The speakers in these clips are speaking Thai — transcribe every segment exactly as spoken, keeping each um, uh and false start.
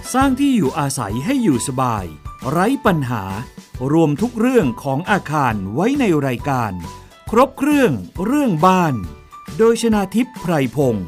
สร้างที่อยู่อาศัยให้อยู่สบายไร้ปัญหารวมทุกเรื่องของอาคารไว้ในรายการครบเครื่องเรื่องบ้านโดยชนาทิพย์ไพรพงศ์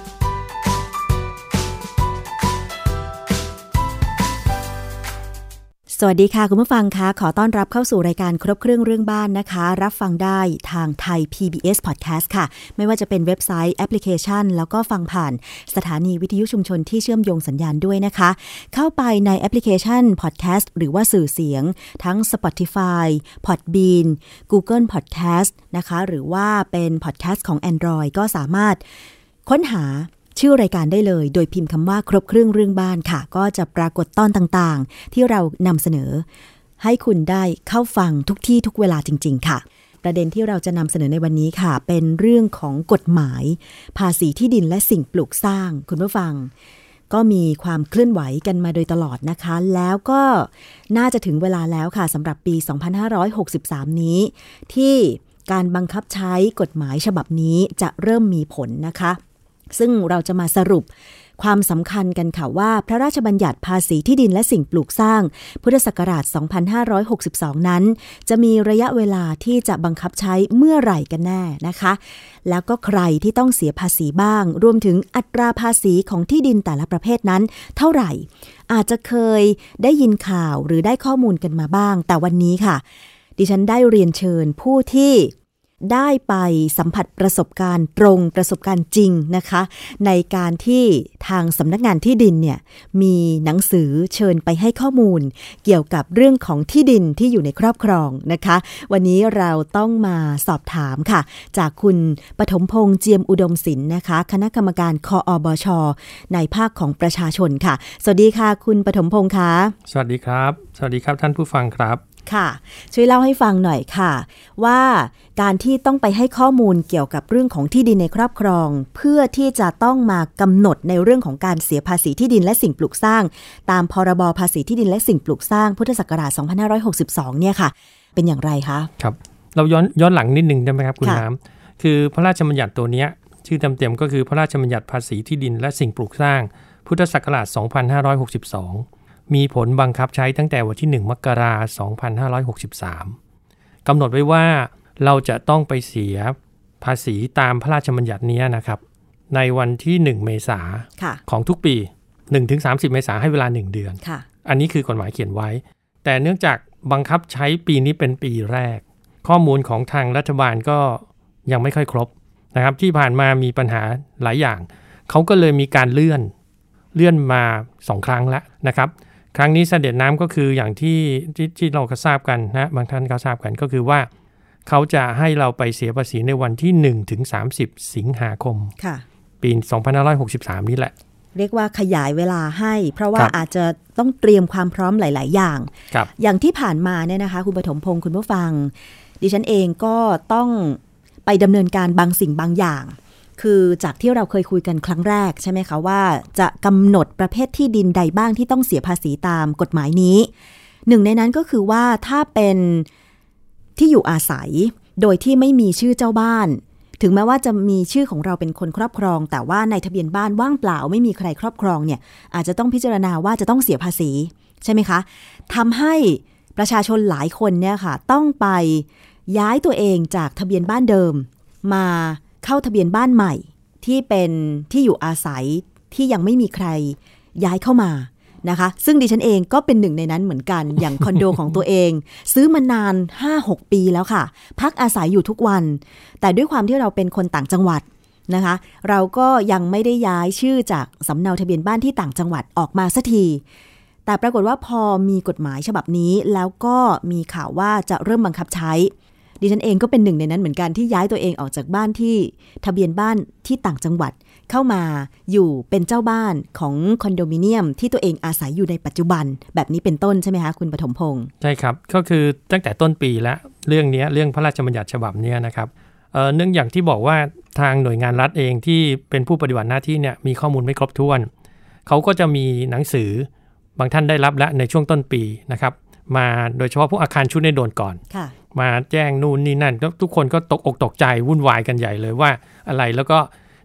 สวัสดีค่ะคุณผู้ฟังคะขอต้อนรับเข้าสู่รายการครบเครื่องเรื่องบ้านนะคะรับฟังได้ทางไทย พี บี เอส Podcast ค่ะไม่ว่าจะเป็นเว็บไซต์แอปพลิเคชันแล้วก็ฟังผ่านสถานีวิทยุชุมชนที่เชื่อมโยงสัญญาณด้วยนะคะเข้าไปในแอปพลิเคชัน Podcast หรือว่าสื่อเสียงทั้ง Spotify Podbean Google Podcast นะคะหรือว่าเป็น Podcast ของ Android ก็สามารถค้นหาชื่อรายการได้เลยโดยพิมพ์คำว่าครบเครื่องเรื่องบ้านค่ะก็จะปรากฏตอนต่างๆที่เรานำเสนอให้คุณได้เข้าฟังทุกที่ทุกเวลาจริงๆค่ะประเด็นที่เราจะนำเสนอในวันนี้ค่ะเป็นเรื่องของกฎหมายภาษีที่ดินและสิ่งปลูกสร้างคุณผู้ฟังก็มีความเคลื่อนไหวกันมาโดยตลอดนะคะแล้วก็น่าจะถึงเวลาแล้วค่ะสำหรับปีสองพันห้าร้อยหกสิบสามนี้ที่การบังคับใช้กฎหมายฉบับนี้จะเริ่มมีผลนะคะซึ่งเราจะมาสรุปความสำคัญกันค่ะว่าพระราชบัญญัติภาษีที่ดินและสิ่งปลูกสร้างพุทธศักราชสองพันห้าร้อยหกสิบสองนั้นจะมีระยะเวลาที่จะบังคับใช้เมื่อไหร่กันแน่นะคะแล้วก็ใครที่ต้องเสียภาษีบ้างรวมถึงอัตราภาษีของที่ดินแต่ละประเภทนั้นเท่าไหร่อาจจะเคยได้ยินข่าวหรือได้ข้อมูลกันมาบ้างแต่วันนี้ค่ะดิฉันได้เรียนเชิญผู้ที่ได้ไปสัมผัสประสบการณ์ตรงประสบการณ์จริงนะคะในการที่ทางสำนักงานที่ดินเนี่ยมีหนังสือเชิญไปให้ข้อมูลเกี่ยวกับเรื่องของที่ดินที่อยู่ในครอบครองนะคะวันนี้เราต้องมาสอบถามค่ะจากคุณปฐมพงษ์เจียมอุดมศิลป์นะคะคณะกรรมการคออบช.ในภาคของประชาชนค่ะสวัสดีค่ะคุณปฐมพงษ์ค่ะสวัสดีครับสวัสดีครับท่านผู้ฟังครับค่ะช่วยเล่าให้ฟังหน่อยค่ะว่าการที่ต้องไปให้ข้อมูลเกี่ยวกับเรื่องของที่ดินในครอบครองเพื่อที่จะต้องมากำหนดในเรื่องของการเสียภาษีที่ดินและสิ่งปลูกสร้างตามพรบภาษีที่ดินและสิ่งปลูกสร้างพุทธศักราชสองพันห้าร้อยหกสิบสองเนี่ยค่ะเป็นอย่างไรคะครับเราย้อนย้อนหลังนิดนึงได้ไหมครับคุณน้ำคือพระราชบัญญัติตัวนี้ชื่อเต็มๆก็คือพระราชบัญญัติภาษีที่ดินและสิ่งปลูกสร้างพุทธศักราชสองพันห้าร้อยหกสิบสองมีผลบังคับใช้ตั้งแต่วันที่หนึ่งมกราคมสองพันห้าร้อยหกสิบสามกำหนดไว้ว่าเราจะต้องไปเสียภาษีตามพระราชบัญญัตินี้นะครับในวันที่หนึ่งเมษายนของทุกปี หนึ่งถึงสามสิบ เมษายนให้เวลาหนึ่งเดือนอันนี้คือกฎหมายเขียนไว้แต่เนื่องจากบังคับใช้ปีนี้เป็นปีแรกข้อมูลของทางรัฐบาลก็ยังไม่ค่อยครบนะครับที่ผ่านมามีปัญหาหลายอย่างเขาก็เลยมีการเลื่อนเลื่อนมาสองครั้งแล้วนะครับครั้งนี้เสด็จน้ำก็คืออย่างที่ที่ที่เราก็ทราบกันนะบางท่านก็ทราบกันก็คือว่าเขาจะให้เราไปเสียภาษีในวันที่หนึ่งถึงสามสิบสิงหาคมปีสองพันห้าร้อยหกสิบสามนี่แหละเรียกว่าขยายเวลาให้เพราะว่าอาจจะต้องเตรียมความพร้อมหลายๆอย่างอย่างที่ผ่านมาเนี่ยนะคะคุณปฐมพงษ์คุณผู้ฟังดิฉันเองก็ต้องไปดำเนินการบางสิ่งบางอย่างคือจากที่เราเคยคุยกันครั้งแรกใช่ไหมคะว่าจะกำหนดประเภทที่ดินใดบ้างที่ต้องเสียภาษีตามกฎหมายนี้หนึ่งในนั้นก็คือว่าถ้าเป็นที่อยู่อาศัยโดยที่ไม่มีชื่อเจ้าบ้านถึงแม้ว่าจะมีชื่อของเราเป็นคนครอบครองแต่ว่าในทะเบียนบ้านว่างเปล่าไม่มีใครครอบครองเนี่ยอาจจะต้องพิจารณาว่าจะต้องเสียภาษีใช่ไหมคะทำให้ประชาชนหลายคนเนี่ยค่ะต้องไปย้ายตัวเองจากทะเบียนบ้านเดิมมาเข้าทะเบียนบ้านใหม่ที่เป็นที่อยู่อาศัยที่ยังไม่มีใครย้ายเข้ามานะคะซึ่งดิฉันเองก็เป็นหนึ่งในนั้นเหมือนกันอย่างคอนโดของตัวเองซื้อมานาน ห้าหก ปีแล้วค่ะพักอาศัยอยู่ทุกวันแต่ด้วยความที่เราเป็นคนต่างจังหวัดนะคะเราก็ยังไม่ได้ย้ายชื่อจากสำเนาทะเบียนบ้านที่ต่างจังหวัดออกมาสักทีแต่ปรากฏว่าพอมีกฎหมายฉบับนี้แล้วก็มีข่าวว่าจะเริ่มบังคับใช้ดิฉันเองก็เป็นหนึ่งในนั้นเหมือนกันที่ย้ายตัวเองออกจากบ้านที่ทะเบียนบ้านที่ต่างจังหวัดเข้ามาอยู่เป็นเจ้าบ้านของคอนโดมิเนียมที่ตัวเองอาศัยอยู่ในปัจจุบันแบบนี้เป็นต้นใช่ไหมคะคุณปฐมพงษ์ใช่ครับก็คือตั้งแต่ต้นปีแล้วเรื่องนี้เรื่องพระราชบัญญัติฉบับนี้นะครับ เอ่อเนื่องอย่างที่บอกว่าทางหน่วยงานรัฐเองที่เป็นผู้ปฏิบัติหน้าที่เนี่ยมีข้อมูลไม่ครบถ้วนเขาก็จะมีหนังสือบางท่านได้รับแล้วในช่วงต้นปีนะครับมาโดยเฉพาะพวกอาคารชุดในโดนก่อนมาแจ้งนู่นนี่นั่นทุกคนก็ตกอกตกใจวุ่นวายกันใหญ่เลยว่าอะไรแล้วก็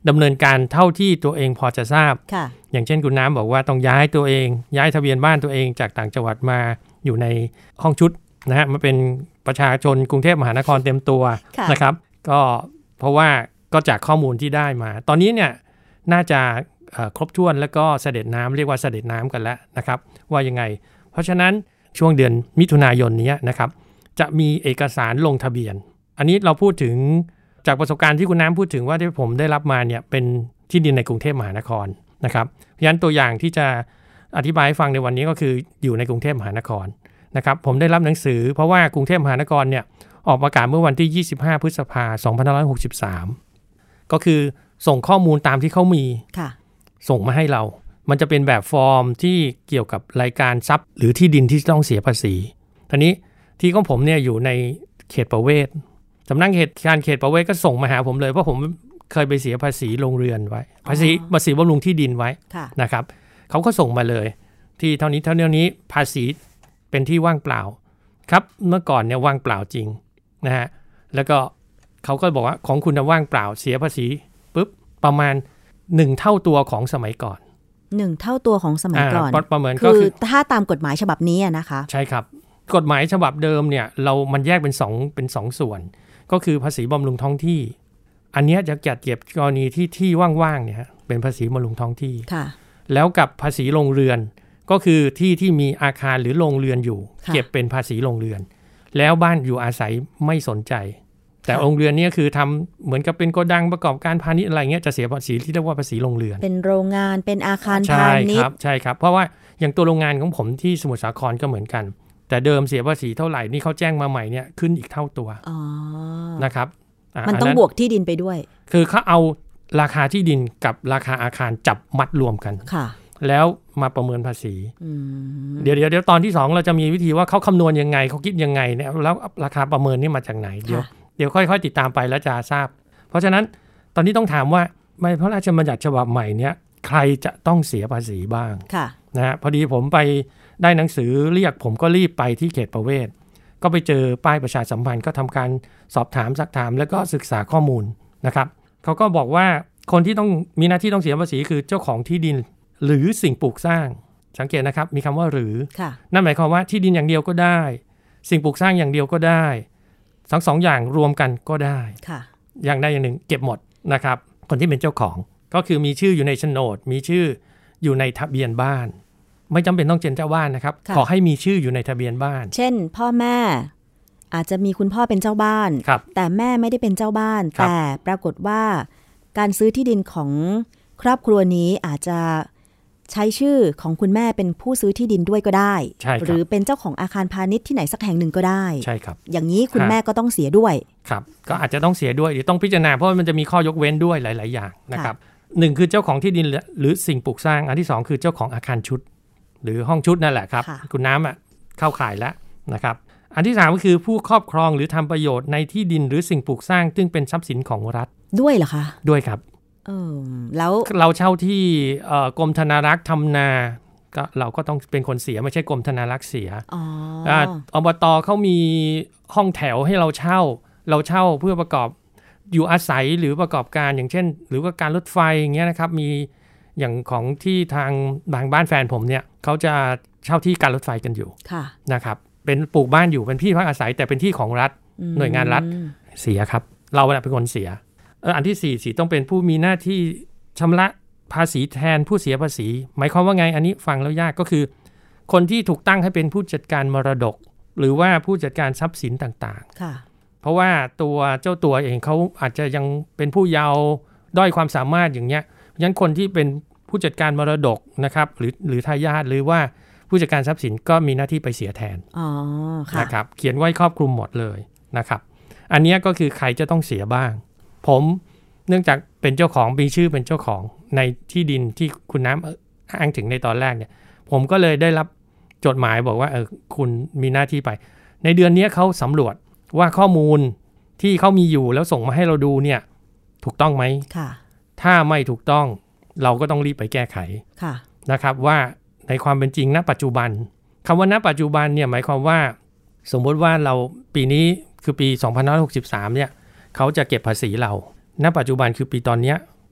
ดำเนินการเท่าที่ตัวเองพอจะทราบอย่างเช่นคุณน้ำบอกว่าต้องย้ายตัวเองย้ายทะเบียนบ้านตัวเองจากต่างจังหวัดมาอยู่ในห้องชุดนะฮะมาเป็นประชาชนกรุงเทพมหานครเต็มตัวนะครับก็เพราะว่าก็จากข้อมูลที่ได้มาตอนนี้เนี่ยน่าจะครบถ้วนแล้วก็เสด็จน้ำเรียกว่าเสด็จน้ำกันแล้วนะครับว่ายังไงเพราะฉะนั้นช่วงเดือนมิถุนายนนี้นะครับจะมีเอกสารลงทะเบียนอันนี้เราพูดถึงจากประสบการณ์ที่คุณน้ำพูดถึงว่าที่ผมได้รับมาเนี่ยเป็นที่ดินในกรุงเทพมหานครนะครับเพราะฉะนั้นตัวอย่างที่จะอธิบายให้ฟังในวันนี้ก็คืออยู่ในกรุงเทพมหานครนะครับผมได้รับหนังสือเพราะว่ากรุงเทพมหานครเนี่ยออกประกาศเมื่อวันที่ยี่สิบห้าพฤษภาคมสองพันห้าร้อยหกสิบสามก็คือส่งข้อมูลตามที่เขามีส่งมาให้เรามันจะเป็นแบบฟอร์มที่เกี่ยวกับรายการทรัพย์หรือที่ดินที่ต้องเสียภาษีทีนี้ที่ของผมเนี่ยอยู่ในเขตประเวศสำนักเหตุการเขตประเวศก็ส่งมาหาผมเลยเพราะผมเคยไปเสียภาษีโรงเรือนไว้ภาษีภาษีบำรุงที่ดินไว้นะครับเขาก็ส่งมาเลยที่เท่านี้เท่านี้ภาษีเป็นที่ว่างเปล่าครับเมื่อก่อนเนี่ยว่างเปล่าจริงนะฮะแล้วก็เขาก็บอกว่าของคุณว่างเปล่าเสียภาษีปุ๊บประมาณหนึ่งเท่าตัวของสมัยก่อนหนึ่งเท่าตัวของสมัยก่อนประเมินก็คือถ้าตามกฎหมายฉบับนี้นะคะใช่ครับกฎหมายฉบับเดิมเนี่ยเรามันแยกเป็นสองเป็นสองส่วนก็คือภาษีบำรุงท้องที่อันนี้จะจัดเก็บกรณีที่ที่ว่างๆเนี่ยเป็นภาษีบำรุงท้องที่แล้วกับภาษีโรงเรือนก็คือที่ที่มีอาคารหรือโรงเรือนอยู่เก็บเป็นภาษีโรงเรือนแล้วบ้านอยู่อาศัยไม่สนใจแต่โรงเรือนนี่คือทำเหมือนกับเป็นโกดังประกอบการพาณิชย์อะไรเงี้ยจะเสียภาษีที่เรียกว่าภาษีโรงเรือนเป็นโรงงานเป็นอาคารพาณิชย์ใช่ครับใช่ครับเพราะว่าอย่างตัวโรงงานของผมที่สมุทรสาครก็เหมือนกันแต่เดิมเสียภาษีเท่าไหร่นี่เขาแจ้งมาใหม่เนี่ยขึ้นอีกเท่าตัวนะครับมันต้องบวกที่ดินไปด้วยคือเขาเอาราคาที่ดินกับราคาอาคารจับมัดรวมกันแล้วมาประเมินภาษีเดี๋ยวเดี๋ยวเดี๋ยวตอนที่สองเราจะมีวิธีว่าเขาคำนวณยังไงเขาคิดยังไงเนี่ยแล้วราคาประเมินนี่มาจากไหนเดี๋ยวเดี๋ยวค่อยๆติดตามไปแล้วจะทราบเพราะฉะนั้นตอนนี้ต้องถามว่าในพระราชบัญญัติฉบับใหม่เนี่ยใครจะต้องเสียภาษีบ้างนะฮะพอดีผมไปได้หนังสือเรียกผมก็รีบไปที่เขตประเวศก็ไปเจอป้ายประชาสัมพันธ์ก็ทำการสอบถามซักถามแล้วก็ศึกษาข้อมูลนะครับเขาก็บอกว่าคนที่ต้องมีหน้าที่ต้องเสียภาษีคือเจ้าของที่ดินหรือสิ่งปลูกสร้างสังเกตนะครับมีคำว่าหรือนั่นหมายความว่าที่ดินอย่างเดียวก็ได้สิ่งปลูกสร้างอย่างเดียวก็ได้ทั้งสองอย่างรวมกันก็ได้อย่างใดอย่างหนึ่งเก็บหมดนะครับคนที่เป็นเจ้าของก็คือมีชื่ออยู่ในโฉนดมีชื่ออยู่ในทะเบียนบ้านไม่จำเป็นต้องเป็นเจ้าบ้านนะครับขอให้มีชื่ออยู่ในทะเบียนบ้านเช่นพ่อแม่อาจจะมีคุณพ่อเป็นเจ้าบ้านแต่แม่ไม่ได้เป็นเจ้าบ้านแต่ปรากฏว่าการซื้อที่ดินของครอบครัวนี้อาจจะใช้ชื่อของคุณแม่เป็นผู้ซื้อที่ดินด้วยก็ได้หรือเป็นเจ้าของอาคารพาณิชย์ที่ไหนสักแห่งหนึ่งก็ได้ใช่ครับอย่างนี้คุณแม่ก็ต้องเสียด้วยครับก็อาจจะต้องเสียด้วยเดี๋ยวต้องพิจารณาเพราะมันจะมีข้อยกเว้นด้วยหลายๆอย่างนะครับหนึ่งคือเจ้าของที่ดินหรือสิ่งปลูกสร้างอันที่สองคือเจ้าของอาคารชุดหรือห้องชุดนั่นแหละครับคุณน้ำอ่ะเข้าข่ายแล้วนะครับอันที่สามก็คือผู้ครอบครองหรือทำประโยชน์ในที่ดินหรือสิ่งปลูกสร้างซึ่งเป็นทรัพย์สินของรัฐด้วยเหรอคะด้วยครับเออแล้วเราเช่าที่กรมธนารักษ์ทำนาก็เราก็ต้องเป็นคนเสียไม่ใช่กรมธนารักษ์เสียอ๋ออบต.เขามีห้องแถวให้เราเช่าเราเช่าเพื่อประกอบอยู่อาศัยหรือประกอบการอย่างเช่นหรือว่าการรถไฟอย่างเงี้ยนะครับมีอย่างของที่ทางบางบ้านแฟนผมเนี่ยเขาจะเช่าที่การรถไฟกันอยู่นะครับเป็นปลูกบ้านอยู่เป็นที่พักอาศัยแต่เป็นที่ของรัฐหน่วยงานรัฐเสียครับเราเป็นคนเสียเอออันที่สี่สี่ต้องเป็นผู้มีหน้าที่ชำระภาษีแทนผู้เสียภาษีหมายความว่าไงอันนี้ฟังแล้วยากก็คือคนที่ถูกตั้งให้เป็นผู้จัดการมรดกหรือว่าผู้จัดการทรัพย์สินต่างๆเพราะว่าตัวเจ้าตัวเองเขาอาจจะยังเป็นผู้เยาว์ด้อยความสามารถอย่างเงี้ยงั้นคนที่เป็นผู้จัดการมรดกนะครับหรือหรือทายาทหรือว่าผู้จัดการทรัพย์สินก็มีหน้าที่ไปเสียแทนนะครับเขียนไว้ครอบคลุมหมดเลยนะครับอันนี้ก็คือใครจะต้องเสียบ้างผมเนื่องจากเป็นเจ้าของมีชื่อเป็นเจ้าของในที่ดินที่คุณน้ำอ้างถึงในตอนแรกเนี่ยผมก็เลยได้รับจดหมายบอกว่าเออคุณมีหน้าที่ไปในเดือนนี้เขาสำรวจว่าข้อมูลที่เขามีอยู่แล้วส่งมาให้เราดูเนี่ยถูกต้องไหมถ้าไม่ถูกต้องเราก็ต้องรีบไปแก้ไขนะครับว่าในความเป็นจริงณปัจจุบันคำว่าณปัจจุบันเนี่ยหมายความว่าสมมติว่าเราปีนี้คือปีสองพันห้าร้อยหกสิบสามเนี่ยเขาจะเก็บภาษีเราณปัจจุบันคือปีตอนนี้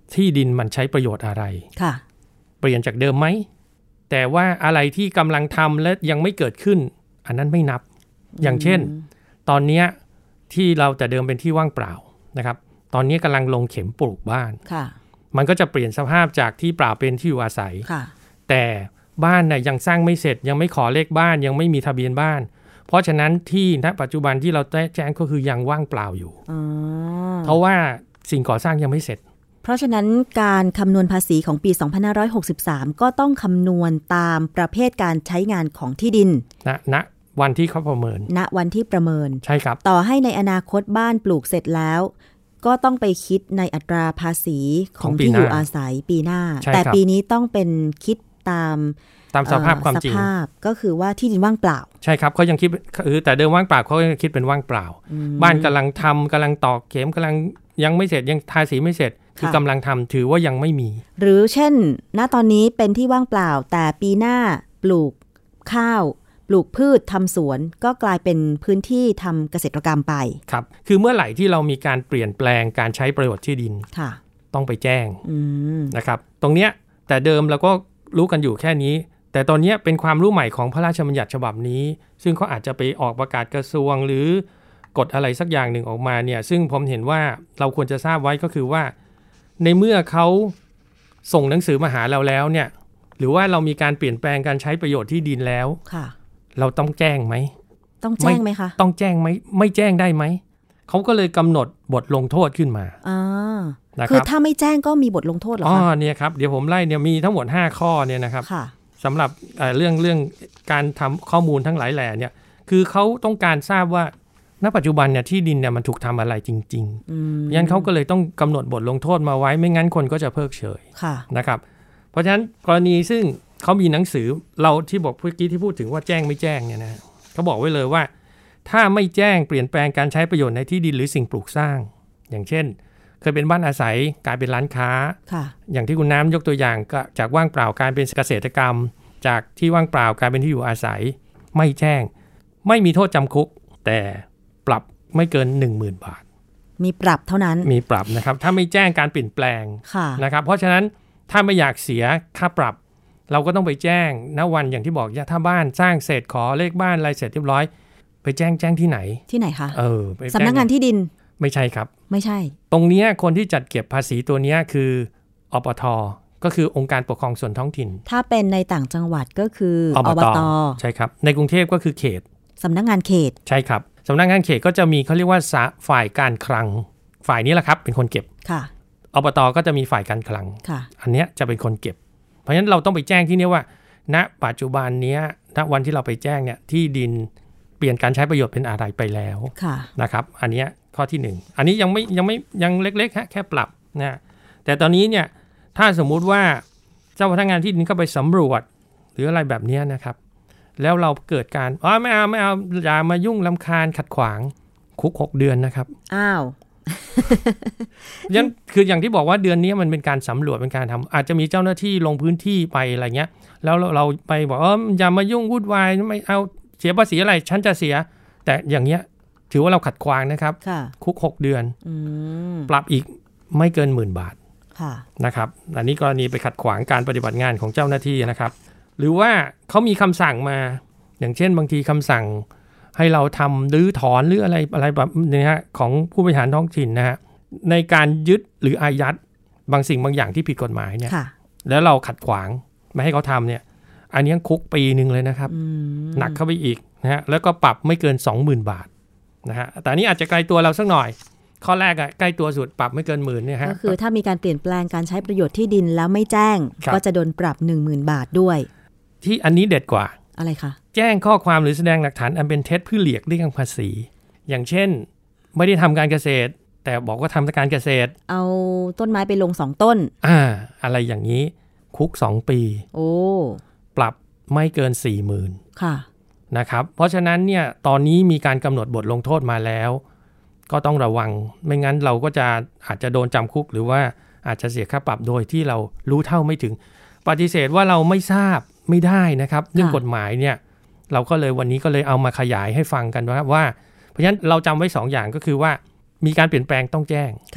ที่ดินมันใช้ประโยชน์อะไรค่ะเปลี่ยนจากเดิมไหมแต่ว่าอะไรที่กำลังทำและยังไม่เกิดขึ้นอันนั้นไม่นับอย่างเช่นตอนนี้ที่เราแต่เดิมเป็นที่ว่างเปล่านะครับตอนนี้กำลังลงเข็มปลูกบ้านมันก็จะเปลี่ยนสภาพจากที่เปล่าเป็นที่อยู่อาศัยแต่บ้านน่ยยังสร้างไม่เสร็จยังไม่ขอเลขบ้านยังไม่มีทะเบียนบ้านเพราะฉะนั้นที่ณปัจจุบันที่เราแจ้งก็คือยังว่างเปล่าอยู่เพราะว่าสิ่งก่อสร้างยังไม่เสร็จเพราะฉะนั้นการคำนวณภาษีของปีสองพันห้าร้อยหกสิบสามก็ต้องคำนวณตามประเภทการใช้งานของที่ดินณณวันที่เขาประเมินณวันที่ประเมินใช่ครับต่อให้ในอนาคตบ้านปลูกเสร็จแล้วก็ต้องไปคิดในอัตราภาษีของที่อยู่อาศัยปีหน้าแต่ปีนี้ต้องเป็นคิดตามตามสภาพความจริงสภาพก็คือว่าที่ดินว่างเปล่าใช่ครับเขายังคิดเออแต่เดิมว่างเปล่าเขายังคิดเป็นว่างเปล่าบ้านกำลังทำกำลังตอกเข็มกำลังยังไม่เสร็จยังทาสีไม่เสร็จคือกำลังทำถือว่ายังไม่มีหรือเช่นณตอนนี้เป็นที่ว่างเปล่าแต่ปีหน้าปลูกข้าวปลูกพืชทำสวนก็กลายเป็นพื้นที่ทำเกษตรกรรมไปครับคือเมื่อไหร่ที่เรามีการเปลี่ยนแปลงการใช้ประโยชน์ที่ดินต้องไปแจ้งนะครับตรงเนี้ยแต่เดิมเราก็รู้กันอยู่แค่นี้แต่ตอนนี้เป็นความรู้ใหม่ของพระราชบัญญัติฉบับนี้ซึ่งเขาอาจจะไปออกประกาศกระทรวงหรือกฎอะไรสักอย่างหนึ่งออกมาเนี่ยซึ่งผมเห็นว่าเราควรจะทราบไว้ก็คือว่าในเมื่อเขาส่งหนังสือมาหาเราแล้วเนี่ยหรือว่าเรามีการเปลี่ยนแปลงการใช้ประโยชน์ที่ดินแล้วเราต้องแจ้งไหมต้องแจ้งไหมคะต้องแจ้งไหมไม่แจ้งได้ไหมเขาก็เลยกำหนดบทลงโทษขึ้นมาอ่าคือถ้าไม่แจ้งก็มีบทลงโทษเหรอคะอ๋อเนี่ยครับเดี๋ยวผมไล่เนี่ยมีทั้งหมดห้าข้อเนี่ยนะครับสำหรับเรื่องเรื่องการทำข้อมูลทั้งหลายแหล่เนี่ยคือเขาต้องการทราบว่าณปัจจุบันเนี่ยที่ดินเนี่ยมันถูกทำอะไรจริงๆงั้นเขาก็เลยต้องกำหนดบทลงโทษมาไว้ไม่งั้นคนก็จะเพิกเฉยนะครับเพราะฉะนั้นกรณีซึ่งเขามีหนังสือเราที่บอกเมื่อกี้ที่พูดถึงว่าแจ้งไม่แจ้งเนี่ยนะเขาบอกไว้เลยว่าถ้าไม่แจ้งเปลี่ยนแปลงการใช้ประโยชน์ในที่ดินหรือสิ่งปลูกสร้างอย่างเช่นเคยเป็นบ้านอาศัยกลายเป็นร้านค้าอย่างที่คุณน้ำยกตัวอย่างก็จากว่างเปล่ากลายเป็นเกษตรกรรมจากที่ว่างเปล่ากลายเป็นที่อยู่อาศัยไม่แจ้งไม่มีโทษจำคุกแต่ปรับไม่เกิน หนึ่งหมื่น บาทมีปรับเท่านั้นมีปรับนะครับถ้าไม่แจ้งการเปลี่ยนแปลงนะครับเพราะฉะนั้นถ้าไม่อยากเสียค่าปรับเราก็ต้องไปแจ้งณวันอย่างที่บอกถ้าบ้านสร้างเสร็จขอเลขบ้านอะไรเสร็จเรียบร้อยไปแจ้งแจ้งที่ไหนที่ไหนคะเออสำนักงานที่ดินไม่ใช่ครับไม่ใช่ตรงนี้คนที่จัดเก็บภาษีตัวนี้คืออปท.ก็คือองค์การปกครองส่วนท้องถิ่นถ้าเป็นในต่างจังหวัดก็คืออบต. ใช่ครับในกรุงเทพก็คือเขตสำนักงานเขตใช่ครับสำนักงานเขตก็จะมีเขาเรียกว่าฝ่ายการคลังฝ่ายนี้แหละครับเป็นคนเก็บค่ะอบต.ก็จะมีฝ่ายการคลังค่ะอันนี้จะเป็นคนเก็บเพราะฉะนั้นเราต้องไปแจ้งที่นี่ว่าณปัจจุบันนี้ณวันที่เราไปแจ้งเนี่ยที่ดินเปลี่ยนการใช้ประโยชน์เป็นอะไรไปแล้วนะครับอันนี้ข้อที่หนึ่งอันนี้ยังไม่ยังไม่ยังเล็กๆฮะแค่ปรับนะแต่ตอนนี้เนี่ยถ้าสมมุติว่าเจ้าพนักงานที่ดินเข้าไปสำรวจหรืออะไรแบบนี้นะครับแล้วเราเกิดการอ๋อไม่เอาไม่เอาอย่ามายุ่งรำคาญขัดขวางคุกหกเดือนนะครับอ้าวยันคืออย่างที่บอกว่าเดือนนี้มันเป็นการสำรวจเป็นการทำอาจจะมีเจ้าหน้าที่ลงพื้นที่ไปอะไรเงี้ยแล้วเราไปบอกเอออย่ามายุ่งวุ่นวายไม่เอาเสียภาษีอะไรฉันจะเสียแต่อย่างเงี้ยถือว่าเราขัดขวางนะครับคุกหกเดือนปรับอีกไม่เกินหมื่นบาทนะครับอันนี้กรณีไปขัดขวางการปฏิบัติงานของเจ้าหน้าที่นะครับหรือว่าเขามีคำสั่งมาอย่างเช่นบางทีคำสั่งให้เราทำรื้อถอนหรืออะไรอะไรแบบนี้ฮะของผู้บริหารท้องถิ่นนะฮะในการยึดหรืออายัดบางสิ่งบางอย่างที่ผิดกฎหมายเนี่ยแล้วเราขัดขวางไม่ให้เขาทำเนี่ยอันนี้คุกปีนึงเลยนะครับหนักเข้าไปอีกนะฮะแล้วก็ปรับไม่เกิน สองหมื่น บาทนะฮะแต่อันนี้อาจจะไกลตัวเราสักหน่อยข้อแรกอะใกล้ตัวสุดปรับไม่เกินหมื่นเนี่ยฮะก็คือถ้ามีการเปลี่ยนแปลงการใช้ประโยชน์ที่ดินแล้วไม่แจ้งก็จะโดนปรับ หนึ่งหมื่น บาทด้วยที่อันนี้เด็ดกว่าอะไรคะแจ้งข้อความหรือแสดงหลักฐานอันเป็นเท็จเพื่อเลี่ยงเลี่ยงภาษีอย่างเช่นไม่ได้ทำการเกษตรแต่บอกว่าทำการเกษตรเอาต้นไม้ไปลงสองต้นอ่าอะไรอย่างนี้คุกสองปีโอ้ปรับไม่เกิน สี่หมื่นค่ะนะครับเพราะฉะนั้นเนี่ยตอนนี้มีการกำหนดบทลงโทษมาแล้วก็ต้องระวังไม่งั้นเราก็จะอาจจะโดนจำคุกหรือว่าอาจจะเสียค่าปรับโดยที่เรารู้เท่าไม่ถึงปฏิเสธว่าเราไม่ทราบไม่ได้นะครับเรื่องกฎหมายเนี่ยเราก็เลยวันนี้ก็เลยเอามาขยายให้ฟังกันว่าว่าเพราะฉะนั้นเราจำไว้สองอย่างก็คือว่ามีการเปลี่ยนแปลงต้องแจ้ง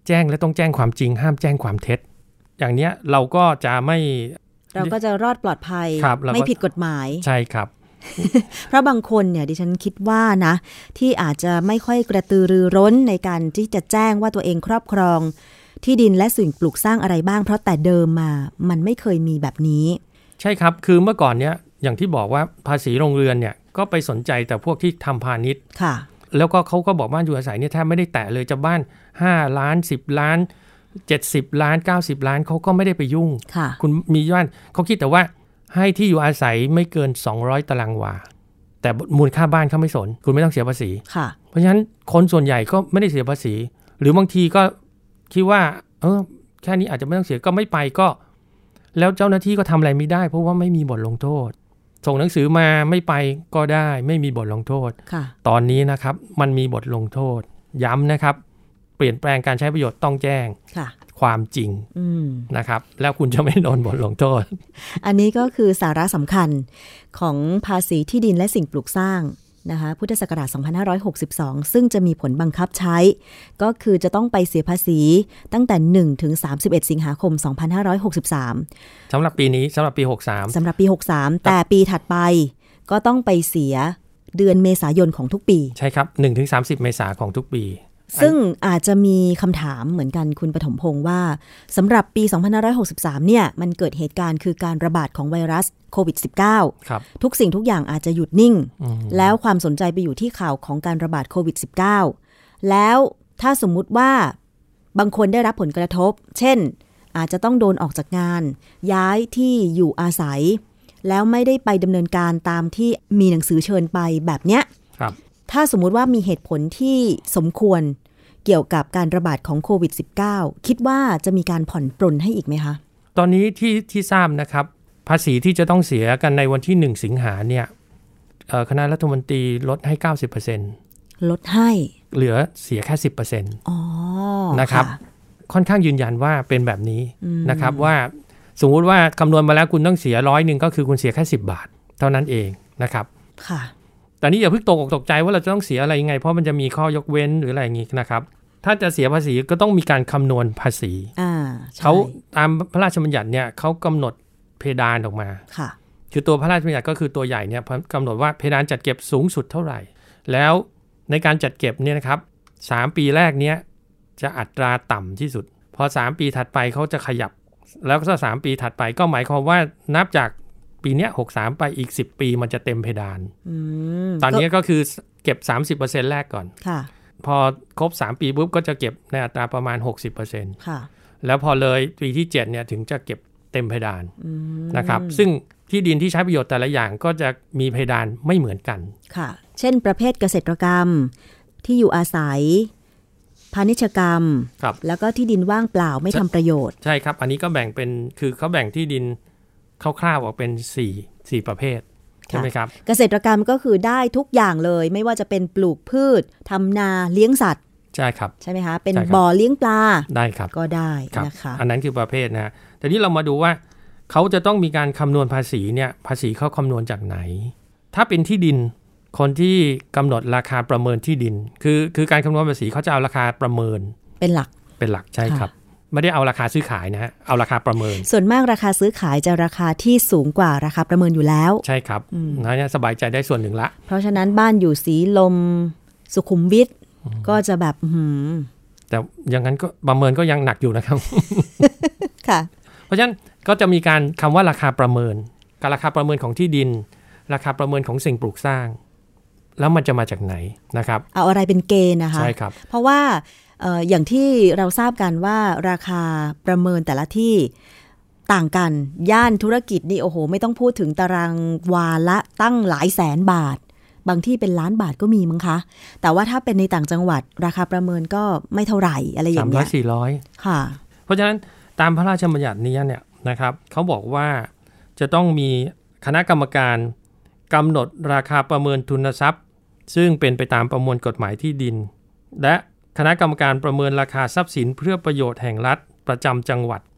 แจ้งและต้องแจ้งความจริงห้ามแจ้งความเท็จอย่างเนี้ยเราก็จะไม่เราก็จะรอดปลอดภัยไม่ผิดกฎหมายใช่ครับเพราะบางคนเนี่ยดิฉันคิดว่านะที่อาจจะไม่ค่อยกระตือรือร้นในการที่จะแจ้งว่าตัวเองครอบครองที่ดินและสิ่งปลูกสร้างอะไรบ้างเพราะแต่เดิมมามันไม่เคยมีแบบนี้ใช่ครับคือเมื่อก่อนเนี้ยอย่างที่บอกว่าภาษีโรงเรือนเนี่ยก็ไปสนใจแต่พวกที่ทำพาณิชย์ค่ะแล้วก็เขาก็บอกบ้านอยู่อาศัยเนี่ยแทบไม่ได้แตะเลยจะบ้านห้าล้านสิบล้านเจ็ดสิบล้านเก้าสิบล้านเขาก็ไม่ได้ไปยุ่งคุณมีบ้านเขาคิดแต่ว่าให้ที่อยู่อาศัยไม่เกินสองร้อยตารางวาแต่มูลค่าบ้านเขาไม่สนคุณไม่ต้องเสียภาษีเพราะฉะนั้นคนส่วนใหญ่ก็ไม่ได้เสียภาษีหรือบางทีก็คิดว่าเออแค่นี้อาจจะไม่ต้องเสียก็ไม่ไปก็แล้วเจ้าหน้าที่ก็ทำอะไรไม่ได้เพราะว่าไม่มีบทลงโทษส่งหนังสือมาไม่ไปก็ได้ไม่มีบทลงโทษตอนนี้นะครับมันมีบทลงโทษย้ำนะครับเปลี่ยนแปลงการใช้ประโยชน์ต้องแจ้งความจริงนะครับแล้วคุณจะไม่โดนบทลงโทษอันนี้ก็คือสาระสำคัญของภาษีที่ดินและสิ่งปลูกสร้างนะคะพุทธศักราชสองพันห้าร้อยหกสิบสองซึ่งจะมีผลบังคับใช้ก็คือจะต้องไปเสียภาษีตั้งแต่หนึ่งถึงสามสิบเอ็ดสิงหาคมสองพันห้าร้อยหกสิบสามสำหรับปีนี้สำหรับปีหกสิบสามสำหรับปีหกสิบสามแต่ปีถัดไปก็ต้องไปเสียเดือนเมษายนของทุกปีใช่ครับหนึ่งถึงสามสิบเมษายนของทุกปีซึ่งอาจจะมีคำถามเหมือนกันคุณปฐมพงษ์ว่าสำหรับปีสองพันห้าร้อยหกสิบสามเนี่ยมันเกิดเหตุการณ์คือการระบาดของไวรัสโควิด สิบเก้า ทุกสิ่งทุกอย่างอาจจะหยุดนิ่งแล้วความสนใจไปอยู่ที่ข่าวของการระบาดโควิด สิบเก้า แล้วถ้าสมมุติว่าบางคนได้รับผลกระทบเช่นอาจจะต้องโดนออกจากงานย้ายที่อยู่อาศัยแล้วไม่ได้ไปดำเนินการตามที่มีหนังสือเชิญไปแบบเนี้ยถ้าสมมุติว่ามีเหตุผลที่สมควรเกี่ยวกับการระบาดของโควิด สิบเก้า คิดว่าจะมีการผ่อนปรนให้อีกไหมคะตอนนี้ที่ที่ทราบนะครับภาษีที่จะต้องเสียกันในวันที่หนึ่งสิงหาเนี่ยคณะรัฐมนตรีลดให้ เก้าสิบเปอร์เซ็นต์ลดให้เหลือเสียแค่ สิบเปอร์เซ็นต์อ๋อนะครับค่อนข้างยืนยันว่าเป็นแบบนี้นะครับว่าสมมุติว่าคำนวณมาแล้วคุณต้องเสียร้อยหนึ่งก็คือคุณเสียแค่สิบบาทเท่านั้นเองนะครับค่ะแต่นี้อย่าเพิ่งตกอกตกใจว่าเราจะต้องเสียอะไรยังไงเพราะมันจะมีข้อยกเว้นหรืออะไรอย่างงี้นะครับถ้าจะเสียภาษีก็ต้องมีการคำนวณภาษีเขาตามพระราชบัญญัติเนี่ยเขากำหนดเพดานออกมาค่ะคือตัวพระราชบัญญัติก็คือตัวใหญ่เนี่ยกำหนดว่าเพดานจัดเก็บสูงสุดเท่าไหร่แล้วในการจัดเก็บเนี่ยนะครับสามปีแรกเนี้ยจะอัตราต่ำที่สุดพอสามปีถัดไปเขาจะขยับแล้วก็สามปีถัดไปก็หมายความว่านับจากปีเนี้ยหกสิบสามไปอีกสิบปีมันจะเต็มเพดานตอนนี้ก็คือเก็บ สามสิบเปอร์เซ็นต์ แรกก่อนพอครบสามปีปุ๊บก็จะเก็บในอัตราประมาณ หกสิบเปอร์เซ็นต์ค่ะแล้วพอเลยปีที่เจ็ดเนี่ยถึงจะเก็บเต็มเพดานนะครับซึ่งที่ดินที่ใช้ประโยชน์แต่ละอย่างก็จะมีเพดานไม่เหมือนกันค่ะเช่นประเภทเกษตรกรรมที่อยู่อาศัยพาณิชยกรรมแล้วก็ที่ดินว่างเปล่าไม่ทำประโยชน์ใช่ครับอันนี้ก็แบ่งเป็นคือเขาแบ่งที่ดินคร่าวๆออกเป็นสี่ สี่ประเภทใช่ไหมครับเกษตรกรรมก็คือได้ทุกอย่างเลยไม่ว่าจะเป็นปลูกพืชทำนาเลี้ยงสัตว์ใช่ครับใช่ไหมคะเป็นบ่อเลี้ยงปลาได้ครับก็ได้นะคะอันนั้นคือประเภทนะแต่นี้เรามาดูว่าเขาจะต้องมีการคำนวณภาษีเนี่ยภาษีเขาคำนวณจากไหนถ้าเป็นที่ดินคนที่กำหนดราคาประเมินที่ดินคือคือการคำนวณภาษีเขาจะเอาราคาประเมินเป็นหลักเป็นหลักใช่ครับไม่ได้เอาราคาซื้อขายนะฮะเอาราคาประเมินส่วนมากราคาซื้อขายจะราคาที่สูงกว่าราคาประเมินอยู่แล้วใช่ครับนะเนี่ยสบายใจได้ส่วนหนึ่งละเพราะฉะนั้นบ้านอยู่สีลมสุขุมวิทก็จะแบบหืมแต่อย่างนั้นก็ประเมินก็ยังหนักอยู่นะครับค่ะเพราะฉะนั้นก็จะมีการคำว่าราคาประเมินกับราคาประเมินของที่ดินราคาประเมินของสิ่งปลูกสร้างแล้วมันจะมาจากไหนนะครับเอาอะไรเป็นเกณฑ์นะคะใช่ครับเพราะว่าเอ่ออย่างที่เราทราบกันว่าราคาประเมินแต่ละที่ต่างกันย่านธุรกิจนี่โอ้โหไม่ต้องพูดถึงตารางวาละตั้งหลายแสนบาทบางที่เป็นล้านบาทก็มีมั้งคะแต่ว่าถ้าเป็นในต่างจังหวัดราคาประเมินก็ไม่เท่าไหร่อะไรอย่างเงี้ยสามร้อย สี่ร้อยค่ะเพราะฉะนั้นตามพระราชบัญญัตินี้เนี่ยนะครับเขาบอกว่าจะต้องมีคณะกรรมการกำหนดราคาประเมินทุนทรัพย์ซึ่งเป็นไปตามประมวลกฎหมายที่ดินและคณะกรรมการประเมินราคาทรัพย์สินเพื่อประโยชน์แห่งรัฐประจำจังหวัด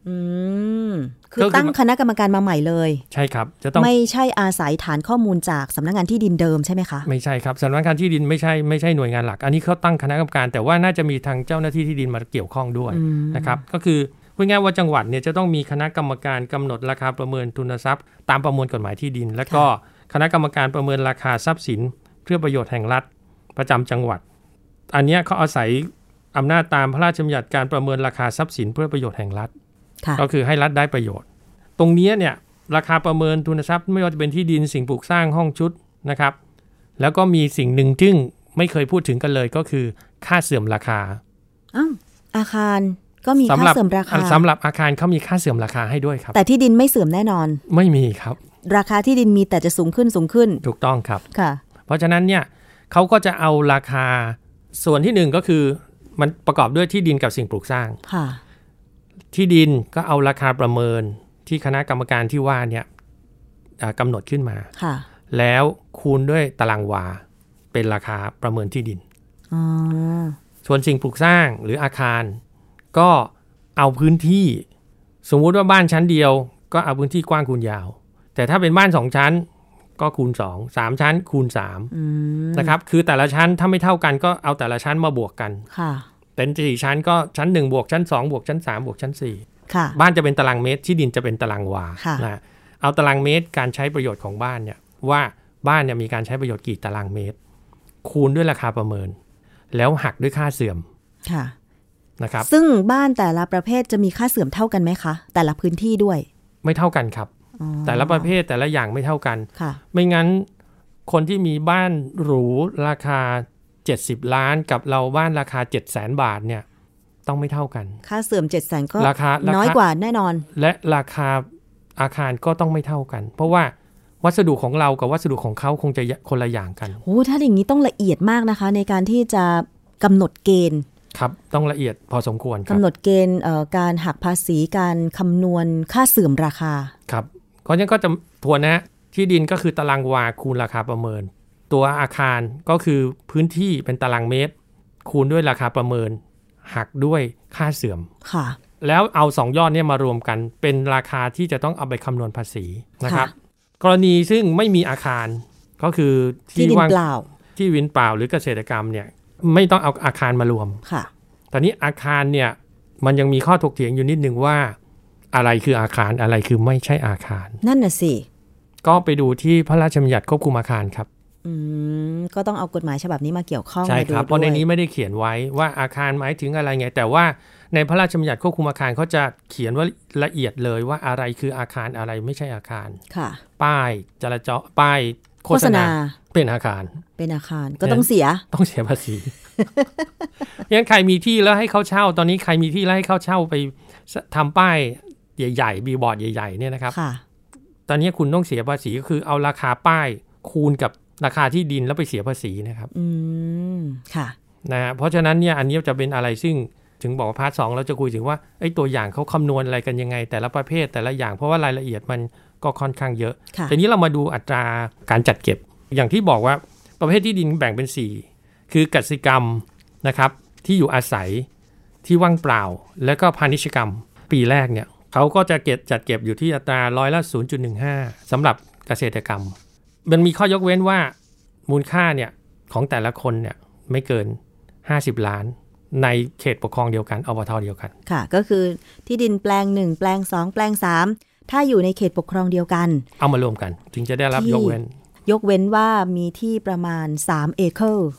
อืมคือตั้งคณะกรรมการมาใหม่เลยใช่ครับจะต้องไม่ใช่อาศัยฐานข้อมูลจากสำนักงานที่ดินเดิมใช่ไหมคะไม่ใช่ครับสำนักงานที่ดินไม่ใช่ไม่ใช่หน่วยงานหลักอันนี้เขาตั้งคณะกรรมการแต่ว่าน่าจะมีทางเจ้าหน้าที่ที่ดินมาเกี่ยวข้องด้วยนะครับก็คือพูดง่ายว่าจังหวัดเนี่ยจะต้องมีคณะกรรมการกำหนดราคาประเมินทุนทรัพย์ตามประมวลกฎหมายที่ดินและก็คณะกรรมการประเมินราคาทรัพย์สินเพื่อประโยชน์แห่งรัฐประจำจังหวัดอันนี้เขาอาศัยอำนาจตามพระราชบัญญัติการประเมินราคาทรัพย์สินเพื่อประโยชน์แห่งรัฐก็คือให้รัฐได้ประโยชน์ตรงนี้เนี่ยราคาประเมินทุนทรัพย์ไม่ว่าจะเป็นที่ดินสิ่งปลูกสร้างห้องชุดนะครับแล้วก็มีสิ่งหนึ่งที่ไม่เคยพูดถึงกันเลยก็คือค่าเสื่อมราคาอ้าวอาคารก็มีค่าเสื่อมราคาสำหรับอาคารเขามีค่าเสื่อมราคาให้ด้วยครับแต่ที่ดินไม่เสื่อมแน่นอนไม่มีครับราคาที่ดินมีแต่จะสูงขึ้นสูงขึ้นถูกต้องครับค่ะเพราะฉะนั้นเนี่ยเขาก็จะเอาราคาส่วนที่หนึ่งก็คือมันประกอบด้วยที่ดินกับสิ่งปลูกสร้างค่ะที่ดินก็เอาราคาประเมินที่คณะกรรมการที่ว่าเนี่ยกำหนดขึ้นมาค่ะแล้วคูณด้วยตารางวาเป็นราคาประเมินที่ดินอ๋อส่วนสิ่งปลูกสร้างหรืออาคารก็เอาพื้นที่สมมุติว่าบ้านชั้นเดียวก็เอาพื้นที่กว้างคูณยาวแต่ถ้าเป็นบ้านสองชั้นก็คูณสอง สามชั้นคูณสามนะครับคือแต่ละชั้นถ้าไม่เท่ากันก็เอาแต่ละชั้นมาบวกกันค่ะเป็นสี่ชั้นก็ชั้นหนึ่งบวกชั้นสองบวกชั้นสามบวกชั้นสี่ค่ะบ้านจะเป็นตารางเมตรที่ดินจะเป็นตารางวานะเอาตารางเมตรการใช้ประโยชน์ของบ้านเนี่ยว่าบ้านเนี่ยมีการใช้ประโยชน์กี่ตารางเมตรคูณด้วยราคาประเมินแล้วหักด้วยค่าเสื่อมค่ะนะครับซึ่งบ้านแต่ละประเภทจะมีค่าเสื่อมเท่ากันไหมคะแต่ละพื้นที่ด้วยไม่เท่ากันครับแต่ละประเภทแต่ละอย่างไม่เท่ากันไม่งั้นคนที่มีบ้านหรูราคาเจ็ดสิบล้านกับเราบ้านราคา เจ็ดแสน บาทเนี่ยต้องไม่เท่ากันค่าเสื่อม เจ็ดแสน ก็ราคาน้อยกว่าแน่นอนและราคาอาคารก็ต้องไม่เท่ากันเพราะว่าวัสดุของเรากับวัสดุของเขาคงจะคนละอย่างกันโอ้ถ้าอย่างนี้ต้องละเอียดมากนะคะในการที่จะกำหนดเกณฑ์ครับต้องละเอียดพอสมควรครับกำหนดเกณฑ์การหักภาษีการคำนวณค่าเสื่อมราคาครับเพราะฉะนั้นก็จะทวนนะที่ดินก็คือตารางวาคูณราคาประเมินตัวอาคารก็คือพื้นที่เป็นตารางเมตรคูณด้วยราคาประเมินหักด้วยค่าเสื่อมค่ะแล้วเอาสองยอดนี้มารวมกันเป็นราคาที่จะต้องเอาไปคำนวณภาษีนะครับกรณีซึ่งไม่มีอาคารก็คือที่ดินเปล่าที่ดินเปล่าหรือเกษตรกรรมเนี่ยไม่ต้องเอาอาคารมารวมค่ะตอนนี้อาคารเนี่ยมันยังมีข้อถกเถียงอยู่นิดนึงว่าอะไรคืออาคารอะไรคือไม่ใช่อาคารนั่นน่ะสิก็ไปดูที่พระราชบัญญัติควบคุมอาคารครับอืมก็ต้องเอากฎหมายฉบับนี้มาเกี่ยวข้องใช่ครับเพราะในนี้ไม่ได้เขียนไว้ว่าอาคารหมายถึงอะไรไงแต่ว่าในพระราชบัญญัติควบคุมอาคารเขาจะเขียนว่าละเอียดเลยว่าอะไรคืออาคารอะไรไม่ใช่อาคารค่ะป้ายจราจรป้ายโฆษณาเป็นอาคารเป็นอาคารก็ต้องเสียต้องเสียภาษีงั้นใครมีที่แล้วให้เขาเช่าตอนนี้ใครมีที่แล้วให้เขาเช่าไปทำป้ายใหญ่ๆบีบอร์ดใหญ่ๆเนี่ยนะครับตอนนี้คุณต้องเสียภาษีก็คือเอาราคาป้ายคูณกับราคาที่ดินแล้วไปเสียภาษีนะครับอืมค่ะนะเพราะฉะนั้นเนี่ยอันนี้จะเป็นอะไรซึ่งถึงบอกว่าพาร์ทสองเราจะคุยถึงว่าไอ้ตัวอย่างเขาคำนวณอะไรกันยังไงแต่ละประเภทแต่ละอย่างเพราะว่ารายละเอียดมันก็ค่อนข้างเยอะทีนี้เรามาดูอัตราการจัดเก็บอย่างที่บอกว่าประเภทที่ดินแบ่งเป็นสี่คือกสิกรรมนะครับที่อยู่อาศัยที่ว่างเปล่าและก็พาณิชยกรรมปีแรกเนี่ยเขาก็จะเก็บจัดเก็บอยู่ที่อัตราร้อยละ ศูนย์จุดหนึ่งห้า สำหรับเกษตรกรรมมันมีข้อยกเว้นว่ามูลค่าเนี่ยของแต่ละคนเนี่ยไม่เกินห้าสิบล้านในเขตปกครองเดียวกันอบท.เดียวกันค่ะก็คือที่ดินแปลงหนึ่งแปลงสองแปลงสามถ้าอยู่ในเขตปกครองเดียวกันเอามารวมกันถึงจะได้รับยกเว้นยกเว้นว่ามีที่ประมาณสามเอเคอร์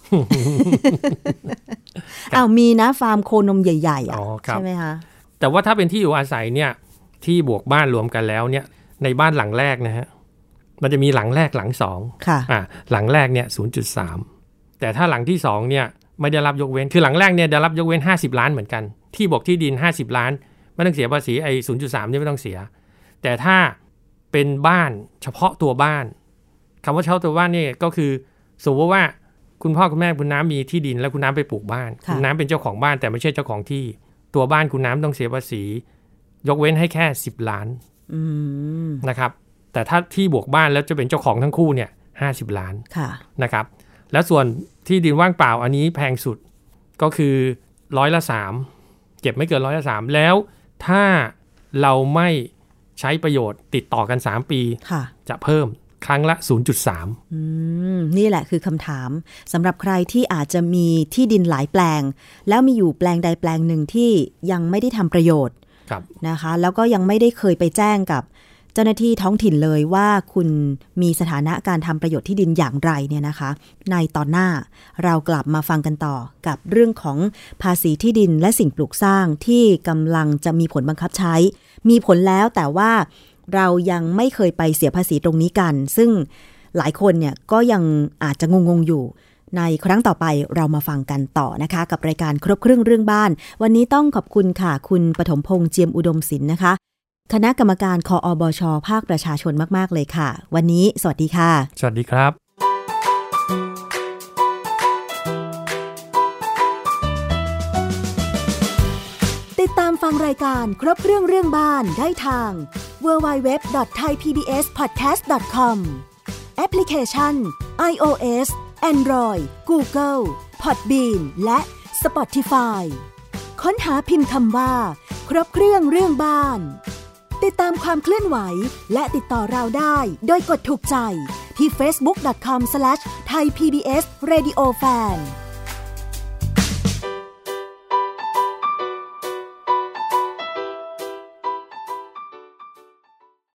อ้าวมีนะฟาร์มโคนมใหญ่ๆอ่ะใช่ไหมคะแต่ว่าถ้าเป็นที่อยู่อาศัยเนี่ยที่บวกบ้านรวมกันแล้วเนี่ยในบ้านหลังแรกนะฮะมันจะมีหลังแรกหลังสองค่ะอ่าหลังแรกเนี่ย ศูนย์จุดสาม แต่ถ้าหลังที่สองเนี่ยไม่ได้รับยกเว้นคือหลังแรกเนี่ยได้รับยกเว้นห้าสิบล้านเหมือนกันที่บวกที่ดินห้าสิบล้านไม่ต้องเสียภาษีไอ้ ศูนย์จุดสาม นี่ไม่ต้องเสียแต่ถ้าเป็นบ้านเฉพาะตัวบ้านคำว่าเฉพาะตัวบ้านนี่ก็คือสมมติว่าคุณพ่อคุณแม่คุณน้ำมีที่ดินแล้วคุณน้ำไปปลูกบ้านคุณน้ำเป็นเจ้าของบ้านแต่ไม่ใช่เจ้าของที่ตัวบ้านคุณน้ำต้องเสียภาษียกเว้นให้แค่สิบล้านนะครับแต่ถ้าที่บวกบ้านแล้วจะเป็นเจ้าของทั้งคู่เนี่ยห้าสิบล้านนะครับแล้วส่วนที่ดินว่างเปล่าอันนี้แพงสุดก็คือร้อยละสามเก็บไม่เกินร้อยละสามแล้วถ้าเราไม่ใช้ประโยชน์ติดต่อกันสามปีจะเพิ่มครั้งละ ศูนย์จุดสามอืมนี่แหละคือคำถามสำหรับใครที่อาจจะมีที่ดินหลายแปลงแล้วมีอยู่แปลงใดแปลงหนึ่งที่ยังไม่ได้ทำประโยชน์นะคะแล้วก็ยังไม่ได้เคยไปแจ้งกับเจ้าหน้าที่ท้องถิ่นเลยว่าคุณมีสถานะการทำประโยชน์ที่ดินอย่างไรเนี่ยนะคะในตอนหน้าเรากลับมาฟังกันต่อกับเรื่องของภาษีที่ดินและสิ่งปลูกสร้างที่กำลังจะมีผลบังคับใช้มีผลแล้วแต่ว่าเรายังไม่เคยไปเสียภาษีตรงนี้กันซึ่งหลายคนเนี่ยก็ยังอาจจะงงๆอยู่ในครั้งต่อไปเรามาฟังกันต่อนะคะกับรายการครบเครื่องเรื่องบ้านวันนี้ต้องขอบคุณค่ะคุณปฐมพงษ์เจียมอุดมศิลป์นะคะคณะกรรมการคออบช.ภาคประชาชนมากๆเลยค่ะวันนี้สวัสดีค่ะสวัสดีครับติดตามฟังรายการครบเครื่องเรื่องบ้านได้ทาง ดับเบิลยู ดับเบิลยู ดับเบิลยู ดอท ไทย พี บี เอส พอดแคสต์ ดอท คอม แอปพลิเคชัน iOS Android Google Podbean และ Spotify ค้นหาพิมพ์คำว่าครบเครื่องเรื่องบ้านติดตามความเคลื่อนไหวและติดต่อเราได้โดยกดถูกใจที่ เฟซบุ๊ก ดอท คอม สแลช ไทย พี บี เอส เรดิโอ แฟน